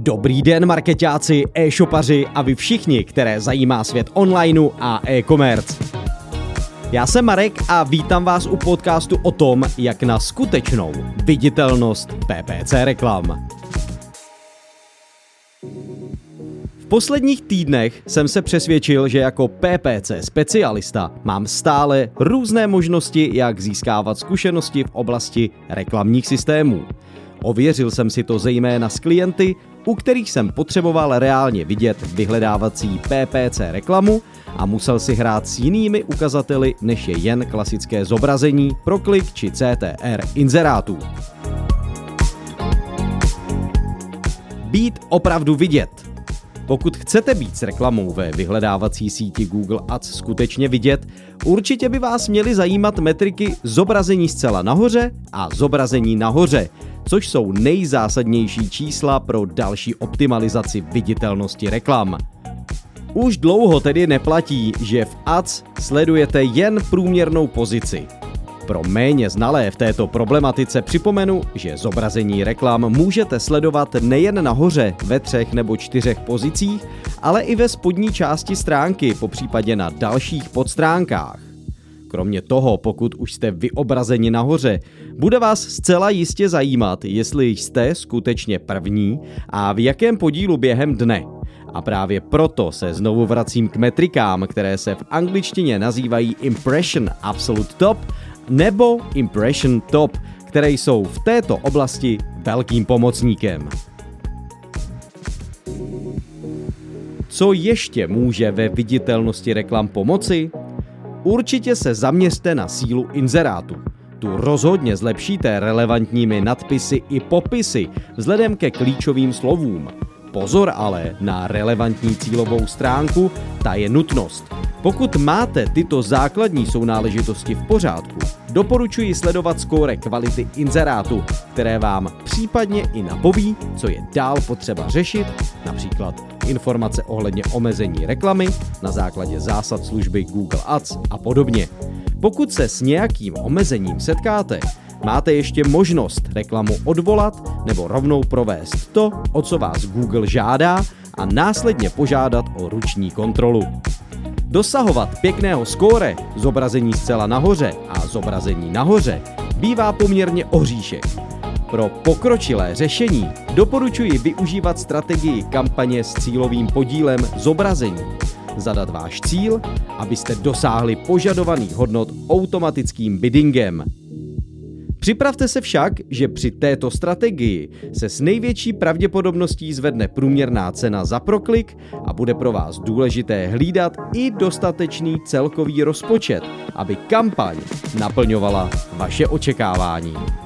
Dobrý den markeťáci, e-shopaři a vy všichni, které zajímá svět onlineu a e-commerce. Já jsem Marek a vítám vás u podcastu o tom, jak na skutečnou viditelnost PPC reklam. V posledních týdnech jsem se přesvědčil, že jako PPC specialista mám stále různé možnosti, jak získávat zkušenosti v oblasti reklamních systémů. Ověřil jsem si to zejména s klienty, u kterých jsem potřeboval reálně vidět vyhledávací PPC reklamu a musel si hrát s jinými ukazateli, než je jen klasické zobrazení, proklik či CTR inzerátů. Být opravdu vidět. Pokud chcete být s reklamou ve vyhledávací síti Google Ads skutečně vidět, určitě by vás měly zajímat metriky zobrazení zcela nahoře a zobrazení nahoře, což jsou nejzásadnější čísla pro další optimalizaci viditelnosti reklam. Už dlouho tedy neplatí, že v Ads sledujete jen průměrnou pozici. Pro méně znalé v této problematice připomenu, že zobrazení reklam můžete sledovat nejen nahoře ve 3 nebo 4 pozicích, ale i ve spodní části stránky, popřípadě na dalších podstránkách. Kromě toho, pokud už jste vyobrazeni nahoře, bude vás zcela jistě zajímat, jestli jste skutečně první a v jakém podílu během dne. A právě proto se znovu vracím k metrikám, které se v angličtině nazývají Impression Absolute Top nebo Impression Top, které jsou v této oblasti velkým pomocníkem. Co ještě může ve viditelnosti reklam pomoci? Určitě se zaměřte na sílu inzerátu. Tu rozhodně zlepšíte relevantními nadpisy i popisy vzhledem ke klíčovým slovům. Pozor ale na relevantní cílovou stránku, ta je nutnost. Pokud máte tyto základní sounáležitosti v pořádku, doporučuji sledovat skóre kvality inzerátu, které vám případně i napoví, co je dál potřeba řešit, například informace ohledně omezení reklamy na základě zásad služby Google Ads a podobně. Pokud se s nějakým omezením setkáte, máte ještě možnost reklamu odvolat nebo rovnou provést to, o co vás Google žádá, a následně požádat o ruční kontrolu. Dosahovat pěkného skóre, zobrazení zcela nahoře a zobrazení nahoře, bývá poměrně oříšek. Pro pokročilé řešení doporučuji využívat strategii kampaně s cílovým podílem zobrazení. Zadat váš cíl, abyste dosáhli požadovaných hodnot automatickým biddingem. Připravte se však, že při této strategii se s největší pravděpodobností zvedne průměrná cena za proklik a bude pro vás důležité hlídat i dostatečný celkový rozpočet, aby kampaň naplňovala vaše očekávání.